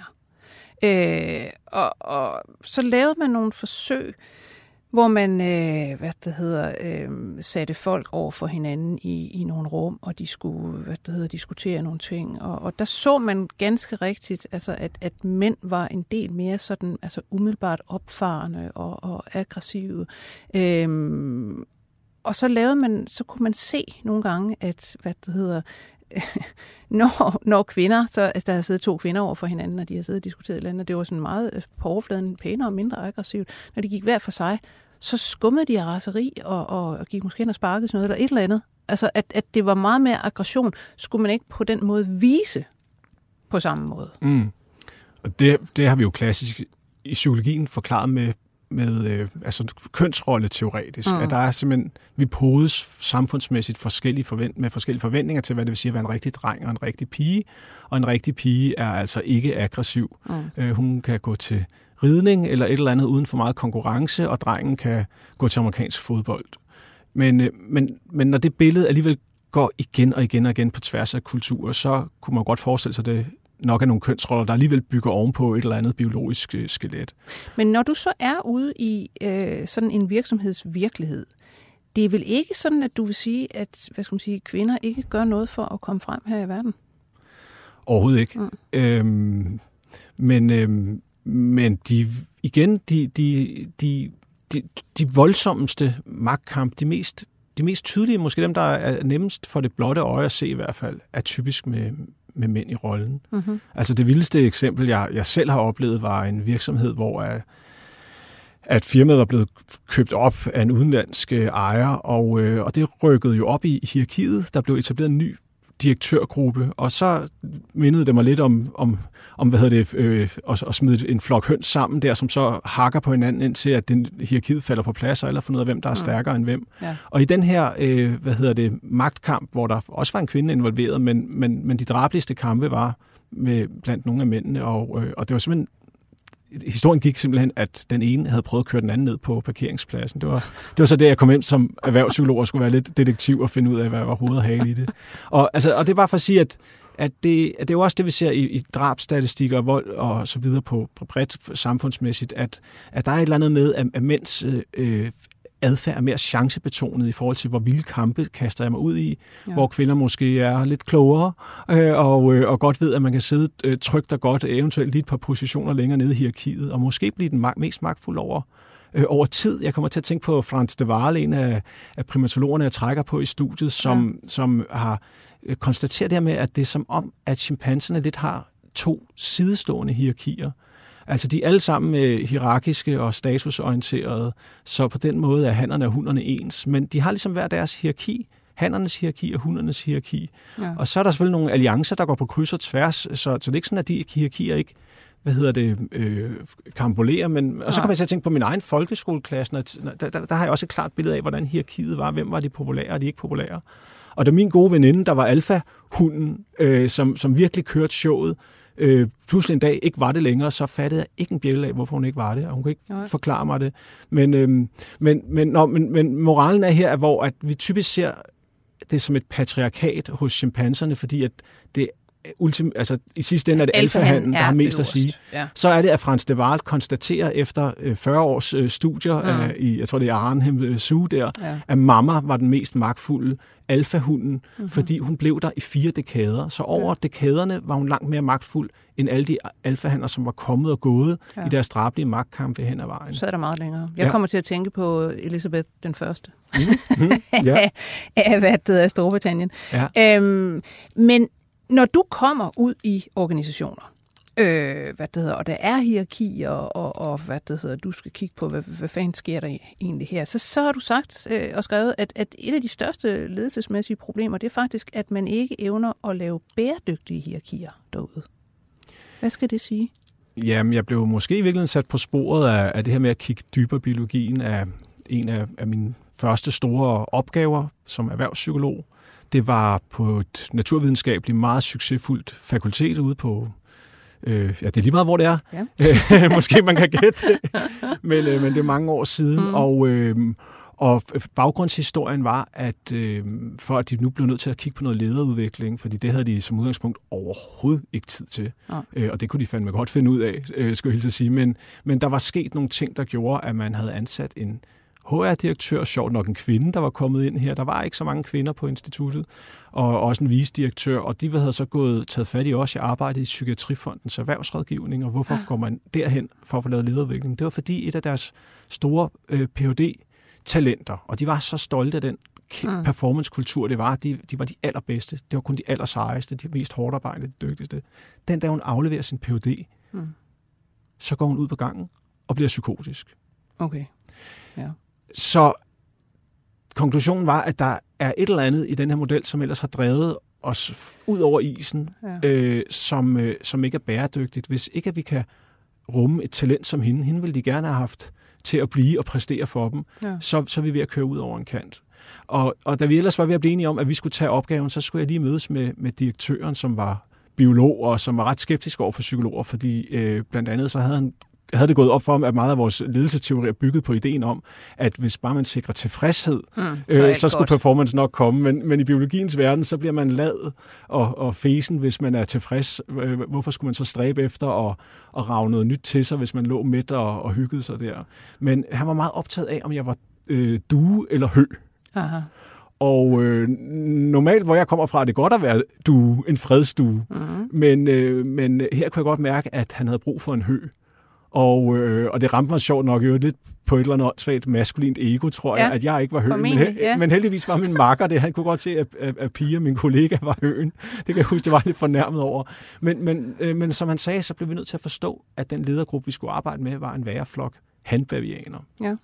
Øh, og, og så lavede man nogle forsøg, hvor man øh, hvad det hedder, øh, satte folk over for hinanden i, i nogle rum, og de skulle hvad det hedder, diskutere nogle ting. Og, og der så man ganske rigtigt, altså, at, at mænd var en del mere sådan, altså umiddelbart opfarende og, og aggressive. Øh, Og så lavede man, så kunne man se nogle gange, at hvad det hedder, når, når kvinder, så altså, der har siddet to kvinder over for hinanden, og de har siddet og diskuteret et eller andet, og det var sådan meget på overfladen pænere og mindre aggressivt. Når de gik hver for sig, så skummede de af raseri og, og, og gik måske hen og sparkede sådan noget, eller et eller andet. Altså, at, at det var meget mere aggression, skulle man ikke på den måde vise på samme måde. Mm. Og det, det har vi jo klassisk i psykologien forklaret med med øh, altså kønsrolle teoretisk, mm. at der er simpelthen, vi podes samfundsmæssigt forskellige forvent- med forskellige forventninger til, hvad det vil sige at være en rigtig dreng og en rigtig pige, og en rigtig pige er altså ikke aggressiv. Mm. Øh, hun kan gå til ridning eller et eller andet uden for meget konkurrence, og drengen kan gå til amerikansk fodbold. Men, øh, men, men når det billede alligevel går igen og igen og igen på tværs af kulturer, så kunne man godt forestille sig det nok af nogle kønsroller, der alligevel bygger ovenpå et eller andet biologisk øh, skelet. Men når du så er ude i øh, sådan en virksomhedsvirkelighed, det er vel ikke sådan, at du vil sige, at hvad skal man sige, kvinder ikke gør noget for at komme frem her i verden? Overhovedet ikke. Mm. Øhm, men øhm, men de, igen, de, de, de, de, de voldsomste magtkamp, de mest, de mest tydelige, måske dem, der er nemmest for det blotte øje at se i hvert fald, er typisk med med mænd i rollen. Mm-hmm. Altså det vildeste eksempel, jeg, jeg selv har oplevet, var en virksomhed, hvor at, at firmaet var blevet købt op af en udenlandsk ejer, og, øh, og det rykkede jo op i hierarkiet. Der blev etableret en ny direktørgruppe, og så mindede det mig lidt om, om, om hvad hedder det, øh, at, at smide en flok høns sammen der, som så hakker på hinanden, indtil at den hierarkiet falder på plads, og eller finde ud af, hvem der er stærkere mm. end hvem. Ja. Og i den her, øh, hvad hedder det, magtkamp, hvor der også var en kvinde involveret, men, men, men de drabeligste kampe var med blandt nogle af mændene, og, øh, og det var simpelthen historien gik simpelthen, at den ene havde prøvet at køre den anden ned på parkeringspladsen. Det var, det var så der, jeg kom ind som erhvervspsykolog og skulle være lidt detektiv og finde ud af, hvad var hoved og hale i det. Og, altså, og det var for at sige, at, at, det, at det er jo også det, vi ser i, i drabsstatistikker og vold og så videre på, på bredt samfundsmæssigt, at, at der er et eller andet med, at, at mænds øh, adfærd er mere chancebetonet i forhold til, hvor vilde kampe kaster jeg mig ud i, ja. Hvor kvinder måske er lidt klogere øh, og, øh, og godt ved, at man kan sidde øh, trygt og godt, eventuelt lige et par positioner længere nede i hierarkiet, og måske blive den mag- mest magtfulde over, øh, over tid. Jeg kommer til at tænke på Frans de Waal, en af, af primatologerne, jeg trækker på i studiet, som, ja. som har øh, konstateret det her med, at det er som om, at chimpanserne lidt har to sidestående hierarkier. Altså, de er alle sammen øh, hierarkiske og statusorienterede, så på den måde er hannerne og hunderne ens, men de har ligesom hver deres hierarki, hannernes hierarki og hundernes hierarki. Ja. Og så er der selvfølgelig nogle alliancer, der går på kryds og tværs, så, så det er ikke sådan, at de hierarkier ikke hvad hedder det, øh, karambolere, men og så kom jeg til at tænke på min egen folkeskoleklasse, der, der, der har jeg også et klart billede af, hvordan hierarkiet var, hvem var de populære og de ikke populære. Og da min gode veninde, der var alfa-hunden, øh, som, som virkelig kørte showet, øh, pludselig en dag ikke var det længere, så fattede jeg ikke en bjælde af, hvorfor hun ikke var det, og hun kunne ikke Nej. forklare mig det. Men, øh, men, men, nå, men, men moralen er her, hvor at vi typisk ser det som et patriarkat hos chimpanserne, fordi at det Ultim, altså i sidste ende er det alfahannen, der har mest at sige. Ja. Så er det, at Frans de Waal konstaterer efter fyrre års øh, studier mm. af, i, jeg tror det er Arnhem Zoo der, ja. at mamma var den mest magtfulde alfahunden, mm-hmm. fordi hun blev der i fire dekader. Så over ja. dekaderne var hun langt mere magtfuld end alle de alfahanner, som var kommet og gået ja. i deres drabelige magtkampe hen ad vejen. Så er der meget længere. Jeg ja. kommer til at tænke på Elizabeth den første. Mm-hmm. Ja. af hvad det er Storbritannien. Ja. Øhm, men når du kommer ud i organisationer, øh, hvad det hedder, og der er hierarkier, og, og hvad det hedder, du skal kigge på, hvad, hvad fanden sker der egentlig her, så, så har du sagt øh, og skrevet, at, at et af de største ledelsesmæssige problemer, det er faktisk, at man ikke evner at lave bæredygtige hierarkier derude. Hvad skal det sige? Jamen, jeg blev måske i virkeligheden sat på sporet af, af det her med at kigge dybere biologien af en af, af mine første store opgaver som erhvervspsykolog. Det var på et naturvidenskabeligt meget succesfuldt fakultet ude på, øh, ja, det er lige meget, hvor det er. Ja. Måske man kan gætte det, men, øh, men det er mange år siden. Mm. Og, øh, og baggrundshistorien var, at øh, for at de nu blev nødt til at kigge på noget lederudvikling, fordi det havde de som udgangspunkt overhovedet ikke tid til. Ja. Øh, og det kunne de fandme godt finde ud af, øh, skulle jeg hilse at sige. Men, men der var sket nogle ting, der gjorde, at man havde ansat en H R-direktør, sjovt nok en kvinde, der var kommet ind her. Der var ikke så mange kvinder på instituttet, og også en vicedirektør, og de havde så gået taget fat i os. Jeg arbejdede i Psykiatrifondens erhvervsrådgivning, og hvorfor går man derhen for at få lavet lederudvikling? Det var fordi et af deres store øh, P H D-talenter, og de var så stolte af den mm. performancekultur, det var. De, de var de allerbedste. Det var kun de allersejeste, de mest hårdt arbejdende, de dygtigste. Den dag hun afleverer sin P H D, mm. så går hun ud på gangen og bliver psykotisk. Okay, ja. Så konklusionen var, at der er et eller andet i den her model, som ellers har drevet os ud over isen, ja. øh, som, øh, som ikke er bæredygtigt. Hvis ikke at vi kan rumme et talent som hende, hende ville de gerne have haft til at blive og præstere for dem, ja. så, så er vi ved at køre ud over en kant. Og, og da vi ellers var ved at blive enige om, at vi skulle tage opgaven, så skulle jeg lige mødes med, med direktøren, som var biolog, og som var ret skeptisk over for psykologer, fordi øh, blandt andet så havde han havde det gået op for ham, at meget af vores ledelsesteori er bygget på ideen om, at hvis bare man sikrer tilfredshed, mm, så, øh, så skulle godt. performance nok komme. Men, men i biologiens verden, så bliver man lad og, og fesen, hvis man er tilfreds. Hvorfor skulle man så stræbe efter at, at rage noget nyt til sig, hvis man lå midt og, og hyggede sig der? Men han var meget optaget af, om jeg var øh, due eller hø. Aha. Og øh, normalt, hvor jeg kommer fra, er det godt at være due, en fredsdue. Mm-hmm. Men, øh, men her kunne jeg godt mærke, at han havde brug for en hø. Og, øh, og det ramte mig sjovt nok jo lidt på et eller andet svagt maskulint ego, tror jeg, ja, at jeg ikke var høen. Men, he- ja. men heldigvis var min makker det. Han kunne godt se, at, at, at Pia, min kollega, var høen. Det kan jeg huske, det var lidt fornærmet over. Men, men, øh, men som han sagde, så blev vi nødt til at forstå, at den ledergruppe, vi skulle arbejde med, var en værreflok handbavianer. Ja.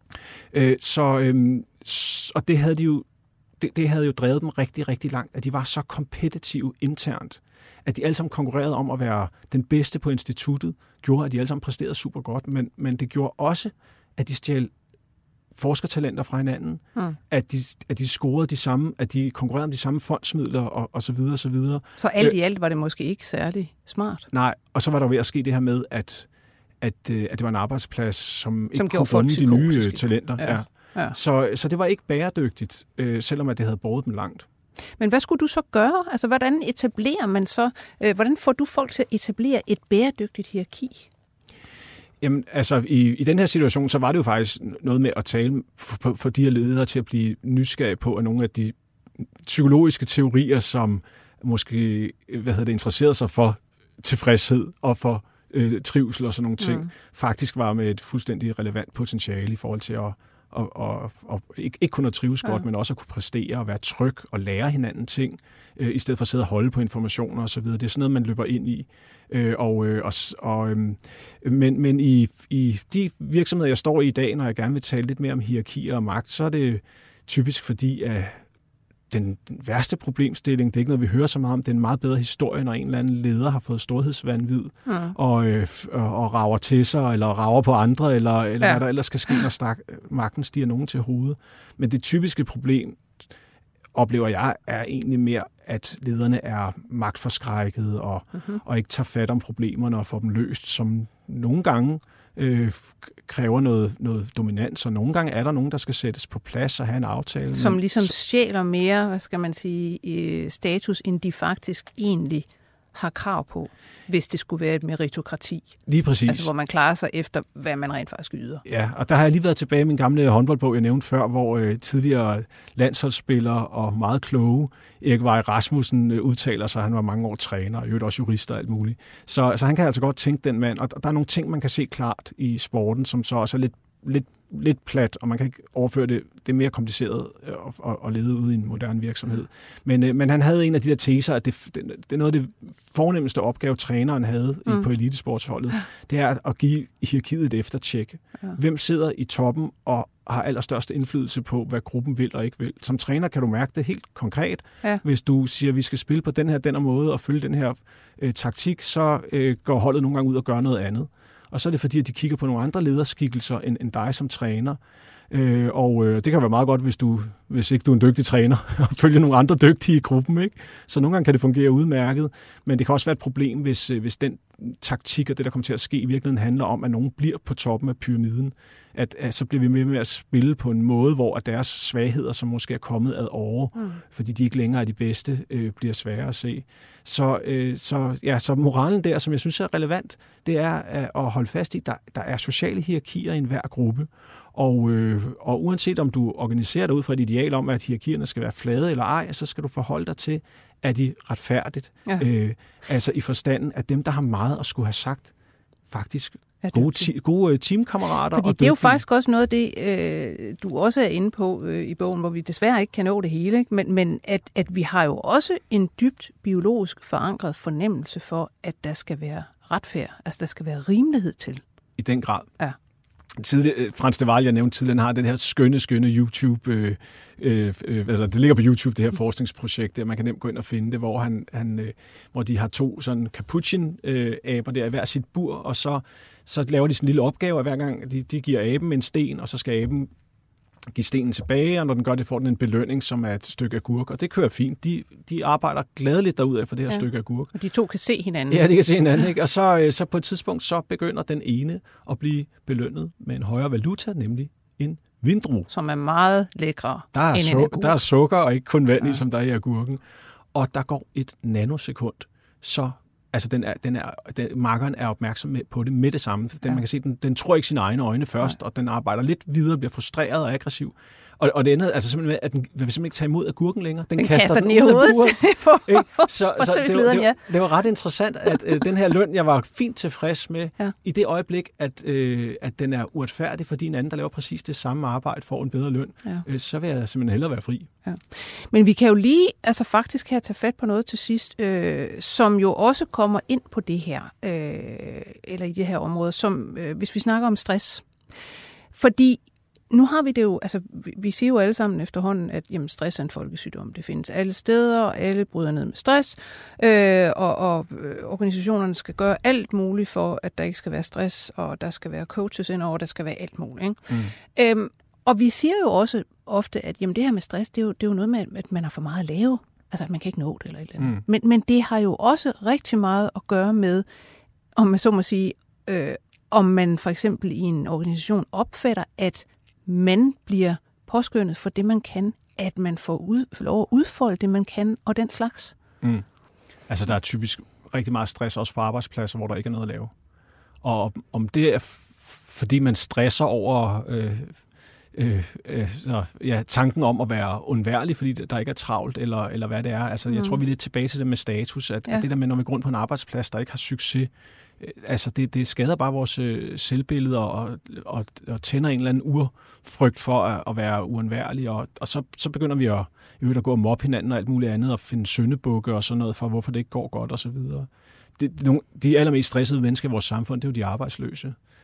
Øh, så, øh, og det havde, de jo, det, det havde jo drevet dem rigtig, rigtig langt, at de var så kompetitive internt, at de alle sammen konkurrerede om at være den bedste på instituttet, gjorde, at de alle sammen præsterede super godt, men, men det gjorde også, at de stjal forskertalenter fra hinanden, mm. at, de, at de scorede de samme, at de konkurrerede om de samme fondsmidler, og, og så videre, og så videre. Så alt i alt var det måske ikke særlig smart? Nej, og så var der ved at ske det her med, at, at, at det var en arbejdsplads, som, som ikke kunne funde de nye talenter. Ja. Ja. Ja. Så, så det var ikke bæredygtigt, øh, selvom at det havde båret dem langt. Men hvad skulle du så gøre? Altså, hvordan etablerer man så, øh, hvordan får du folk til at etablere et bæredygtigt hierarki? Jamen, altså, i, i den her situation, så var det jo faktisk noget med at tale for, for de her ledere til at blive nysgerrige på, at nogle af de psykologiske teorier, som måske, hvad hedder det, interesserede sig for tilfredshed og for øh, trivsel og sådan nogle ting, mm. faktisk var med et fuldstændig relevant potentiale i forhold til at Og, og, og ikke, ikke kun at trives ja. godt, men også at kunne præstere og være tryg og lære hinanden ting, øh, i stedet for at sidde og holde på informationer og så videre. Det er sådan noget, man løber ind i. Øh, og, øh, og, og, øh, men men i, i de virksomheder, jeg står i i dag, når jeg gerne vil tale lidt mere om hierarkier og magt, så er det typisk fordi, at den, den værste problemstilling, det er ikke noget, vi hører så meget om, det er en meget bedre historie, når en eller anden leder har fået storhedsvanvid mm. og, øh, og, og rager til sig, eller rager på andre, eller, eller ja. hvad der ellers skal ske, når stak, magten stiger nogen til hovedet. Men det typiske problem, oplever jeg, er egentlig mere, at lederne er magtforskrækkede og, mm-hmm. og ikke tager fat om problemerne og får dem løst, som nogle gange øh, kræver noget, noget dominans, og nogle gange er der nogen, der skal sættes på plads og have en aftale. Som men, ligesom stjæler mere, hvad skal man sige, status, end de faktisk egentlig har krav på, hvis det skulle være et meritokrati. Lige præcis. Altså, hvor man klarer sig efter, hvad man rent faktisk yder. Ja, og der har jeg lige været tilbage i min gamle håndboldbog, jeg nævnte før, hvor øh, tidligere landsholdsspillere og meget kloge Erik Vej Rasmussen øh, udtaler sig. Han var mange år træner, og i øvrigt også jurister og alt muligt. Så, så han kan altså godt tænke, den mand. Og der er nogle ting, man kan se klart i sporten, som så også er lidt, lidt lidt plat, og man kan ikke overføre det. Det er mere kompliceret at, at lede ude i en moderne virksomhed. Men, men han havde en af de der teser, at det, det, det er noget af det fornemmeste opgave, træneren havde mm. på elitesportsholdet. Det er at give hierarkiet et eftertjek. Ja. Hvem sidder i toppen og har allerstørst indflydelse på, hvad gruppen vil og ikke vil. Som træner kan du mærke det helt konkret. Ja. Hvis du siger, at vi skal spille på den her, den her måde og følge den her øh, taktik, så øh, går holdet nogle gange ud og gør noget andet. Og så er det fordi, at de kigger på nogle andre lederskikkelser end, end dig som træner. Øh, og øh, det kan være meget godt, hvis, du, hvis ikke du er en dygtig træner, og følger nogle andre dygtige i gruppen. Ikke? Så nogle gange kan det fungere udmærket, men det kan også være et problem, hvis, hvis den taktik og det, der kommer til at ske, i virkeligheden handler om, at nogen bliver på toppen af pyramiden. At, at så bliver vi med med at spille på en måde, hvor at deres svagheder, som måske er kommet ad over, mm. fordi de ikke længere er de bedste, øh, bliver svære at se. Så, øh, så, ja, så moralen der, som jeg synes er relevant, det er at holde fast i, at der, der er sociale hierarkier i enhver gruppe. Og, øh, og uanset om du organiserer dig ud fra et ideal om, at hierarkierne skal være flade eller ej, så skal du forholde dig til, at de retfærdigt. Ja. Øh, altså i forstanden, at dem, der har meget at skulle have sagt, faktisk gode, ti- gode teamkammerater. Fordi og det er jo faktisk også noget af det, øh, du også er inde på øh, i bogen, hvor vi desværre ikke kan nå det hele, ikke? Men, men at, at vi har jo også en dybt biologisk forankret fornemmelse for, at der skal være retfærd, altså der skal være rimelighed til. I den grad. Ja. Tidligere, Frans de Waal, jeg nævnte tidligere, har den her skønne, skønne YouTube, øh, øh, eller det ligger på YouTube, det her forskningsprojekt, der man kan nemt gå ind og finde det, hvor, han, han, øh, hvor de har to sådan capuchin-aber der i hver sit bur, og så, så laver de sådan en lille opgave, og hver gang de, de giver aben en sten, og så skal aben give stenen tilbage, og når den gør det, får den en belønning, som er et stykke agurk, og det kører fint. De, de arbejder gladeligt derudad for det her ja. stykke agurk. Og de to kan se hinanden. Ja, de kan se hinanden, ikke? Og så, så på et tidspunkt, så begynder den ene at blive belønnet med en højere valuta, nemlig en vindrue. Som er meget lækre der er end su- en agurk. Der er sukker, og ikke kun vand i, ja. som der er i agurken. Og der går et nanosekund, så altså den er, den er, den, markeren er opmærksom med, på det med det samme. Den, ja. Man kan se, den, den tror ikke sine egne øjne først, Nej. og den arbejder lidt videre, bliver frustreret og aggressiv. Og, og det ender altså simpelthen med, at den vil simpelthen ikke tage imod agurken længere. Den, den kaster, kaster den, den i hovedet. så så, så det, var, det, var, det var ret interessant, at øh, den her løn, jeg var fint tilfreds med, ja. i det øjeblik, at, øh, at den er uretfærdig, fordi en anden, der laver præcis det samme arbejde, får en bedre løn, ja. øh, så vil jeg simpelthen hellere være fri. Ja. Men vi kan jo lige, altså faktisk her tage fat på noget til sidst, øh, som jo også kommer ind på det her, øh, eller i det her område, som øh, hvis vi snakker om stress. Fordi nu har vi det jo, altså vi siger jo alle sammen efterhånden, at jamen, stress er en folkesygdom. Det findes alle steder, og alle bryder ned med stress, øh, og, og organisationerne skal gøre alt muligt for, at der ikke skal være stress, og der skal være coaches indover, der skal være alt muligt. Ikke? Mm. Øhm, og vi siger jo også ofte, at jamen, det her med stress, det er, jo, det er jo noget med, at man har for meget at lave. Altså, at man kan ikke nå det eller et eller andet. Mm. Men, men det har jo også rigtig meget at gøre med, om man så må sige, øh, om man for eksempel i en organisation opfatter, at man bliver påskyndet for det, man kan, at man får, ud, får lov at udfolde det, man kan, og den slags. Mm. Altså, der er typisk rigtig meget stress også på arbejdspladser, hvor der ikke er noget at lave. Og om det er, f- fordi man stresser over øh, øh, øh, så, ja, tanken om at være undværlig, fordi der ikke er travlt, eller, eller hvad det er. Altså, jeg mm. tror, vi er lidt tilbage til det med status, at, ja. at det der med, når vi går rundt på en arbejdsplads, der ikke har succes, altså det, det skader bare vores øh, selvbilleder og, og, og tænder en eller anden urfrygt for at, at være uundværlig, og, og så, så begynder vi at, at gå og mobbe hinanden og alt muligt andet, og finde syndebukke og sådan noget for, hvorfor det ikke går godt og så videre. Det, de allermest stressede mennesker i vores samfund, det er jo de arbejdsløse.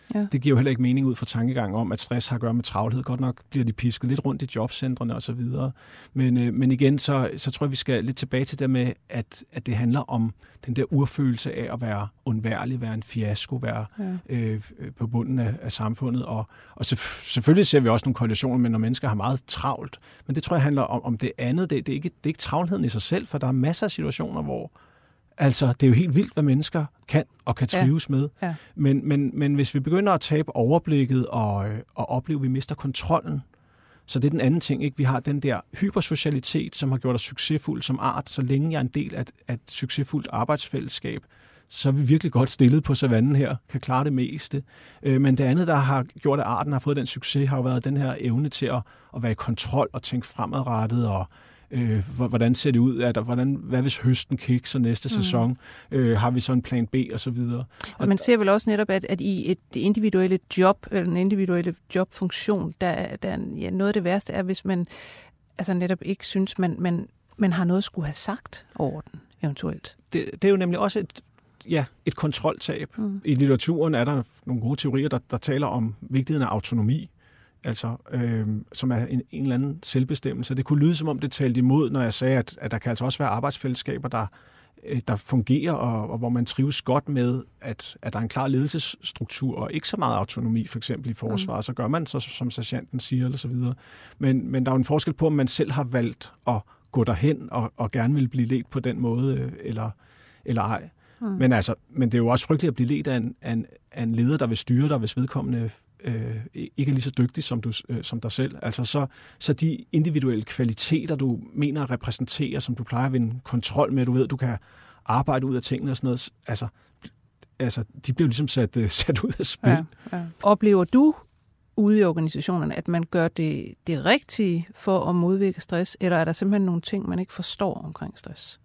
Ja. Det giver jo heller ikke mening ud fra tankegang om, at stress har at gøre med travlhed. Godt nok bliver de pisket lidt rundt i jobcentrene osv. Men, øh, men igen, så, så tror jeg, vi skal lidt tilbage til det med, at, at det handler om den der urfølelse af at være undværlig, være en fiasko, være ja. øh, på bunden af, af samfundet. Og, og selvfølgelig ser vi også nogle korrelationer med, når mennesker har meget travlt. Men det tror jeg handler om, om det andet. Det, det, er ikke, det er ikke travlheden i sig selv, for der er masser af situationer, hvor altså, det er jo helt vildt, hvad mennesker kan og kan trives ja. med. Ja. Men, men, men hvis vi begynder at tabe overblikket og, og opleve, at vi mister kontrollen, så det er den anden ting, ikke? Vi har den der hypersocialitet, som har gjort os succesfuld som art. Så længe jeg er en del af, af et succesfuldt arbejdsfællesskab, så er vi virkelig godt stillet på savannen her, kan klare det meste. Men det andet, der har gjort, at arten har fået den succes, har jo været den her evne til at, at være i kontrol og tænke fremadrettet og Øh, hvordan ser det ud? Er der, hvordan, hvad hvis høsten kikser næste mm. sæson? Øh, har vi så en plan B og så videre? Og man ser vel også netop, at, at i et individuelle job, eller en individuelle jobfunktion, der, der ja, noget af det værste er, hvis man altså netop ikke synes, man, man, man har noget at skulle have sagt over den, eventuelt. Det, det er jo nemlig også et, ja, et kontroltab. Mm. I litteraturen er der nogle gode teorier, der, der taler om vigtigheden af autonomi. Altså, øh, som er en, en eller anden selvbestemmelse. Det kunne lyde, som om det talte imod, når jeg sagde, at, at der kan altså også være arbejdsfællesskaber, der, øh, der fungerer, og, og hvor man trives godt med, at, at der er en klar ledelsesstruktur, og ikke så meget autonomi, for eksempel i forsvaret. Mm. Så gør man så, som sergeanten siger, eller så videre. Men, men der er jo en forskel på, om man selv har valgt at gå derhen, og, og gerne vil blive ledt på den måde, øh, eller, eller ej. Mm. Men, altså, men det er jo også frygteligt at blive ledt af en, af en, af en leder, der vil styre dig, hvis vedkommende Øh, ikke er lige så dygtig som, du, øh, som dig selv. Altså så, så de individuelle kvaliteter, du mener at repræsentere, som du plejer at vinde kontrol med, du ved, du kan arbejde ud af tingene og sådan noget, altså, altså de bliver ligesom sat, uh, sat ud af spil. Ja, ja. Oplever du ude i organisationerne, at man gør det, det rigtige for at modvirke stress, eller er der simpelthen nogle ting, man ikke forstår omkring stress?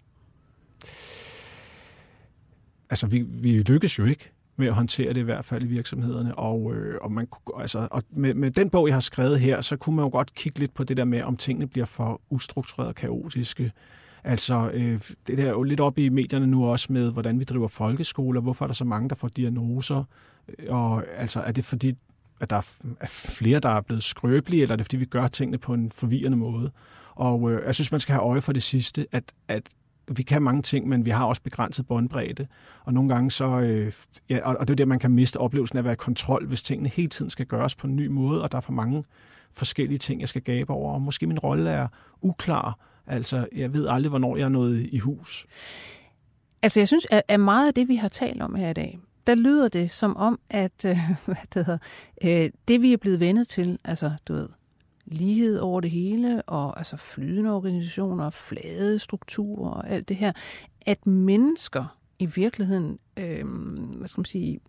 Altså, vi, vi lykkes jo ikke med at håndtere det i hvert fald i virksomhederne. Og, øh, og, man, altså, og med, med den bog, jeg har skrevet her, så kunne man jo godt kigge lidt på det der med, om tingene bliver for ustruktureret og kaotiske. Altså, øh, det der er jo lidt op i medierne nu også med, hvordan vi driver folkeskoler, hvorfor er der så mange, der får diagnoser, og altså, er det fordi, at der er flere, der er blevet skrøbelige, eller er det fordi, vi gør tingene på en forvirrende måde? Og øh, jeg synes, man skal have øje for det sidste, at, at vi kan mange ting, men vi har også begrænset båndbredde. Og nogle gange så, øh, ja, og det er jo det, man kan miste oplevelsen af at være i kontrol, hvis tingene hele tiden skal gøres på en ny måde, og der er for mange forskellige ting, jeg skal gabe over, og måske min rolle er uklar. Altså, jeg ved aldrig, hvornår jeg er nået i hus. Altså, jeg synes, at meget af det, vi har talt om her i dag, der lyder det som om, at øh, hvad det, hedder, øh, det, vi er blevet vendet til, altså, du ved, lighed over det hele, og altså flydende organisationer, flade strukturer og alt det her, at mennesker i virkeligheden, øh, hvad skal man sige,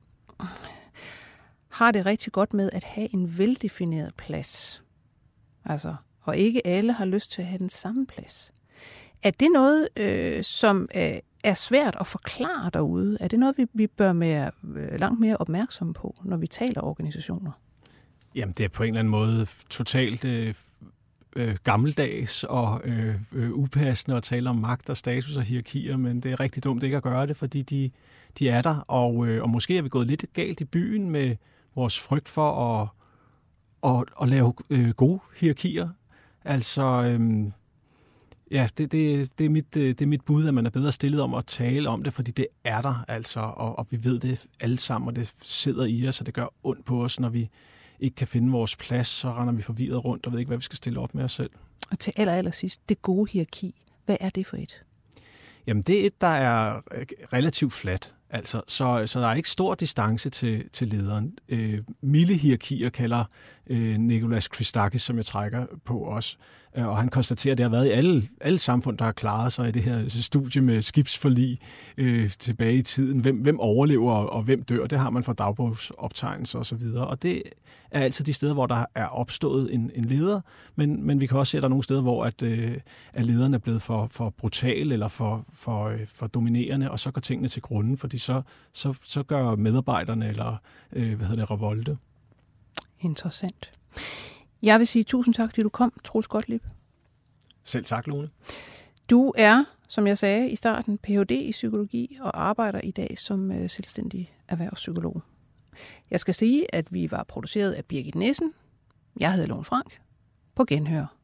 har det rigtig godt med at have en veldefineret plads. Altså, og ikke alle har lyst til at have den samme plads. Er det noget, øh, som øh, er svært at forklare derude? Er det noget, vi, vi bør være øh, langt mere opmærksomme på, når vi taler organisationer? Jamen, det er på en eller anden måde totalt øh, øh, gammeldags og øh, øh, upassende at tale om magt og status og hierarkier, men det er rigtig dumt ikke at gøre det, fordi de, de er der, og, øh, og måske er vi gået lidt galt i byen med vores frygt for at, at, at lave øh, gode hierarkier. Altså, øh, ja, det, det, det, er mit, det er mit bud, at man er bedre stillet om at tale om det, fordi det er der, altså, og, og vi ved det alle sammen, og det sidder i os, og det gør ondt på os, når vi ikke kan finde vores plads, så render vi forvirret rundt og ved ikke, hvad vi skal stille op med os selv. Og til aller, aller sidst, det gode hierarki. Hvad er det for et? Jamen, det er et, der er relativt fladt. Altså, så, så der er ikke stor distance til, til lederen. Øh, milde hierarkier kalder øh, Nicholas Christakis, som jeg trækker på os. Og han konstaterer, at det har været i alle, alle samfund, der har klaret sig i det her studie med skibsforlig øh, tilbage i tiden. Hvem, hvem overlever og, og hvem dør, det har man fra dagbogsoptegnelser og så videre. Og det er altid de steder, hvor der er opstået en, en leder, men, men vi kan også se, at der er nogle steder, hvor at, øh, at lederen er blevet for, for brutal eller for, for, øh, for dominerende, og så går tingene til grunden, fordi så, så, så gør medarbejderne eller øh, hvad hedder det, revolte. Interessant. Jeg vil sige tusind tak, fordi du kom, Troels Gottlieb. Selv tak, Lone. Du er, som jeg sagde i starten, P H D i psykologi og arbejder i dag som selvstændig erhvervspsykolog. Jeg skal sige, at vi var produceret af Birgit Nissen. Jeg hedder Lone Frank. På genhør.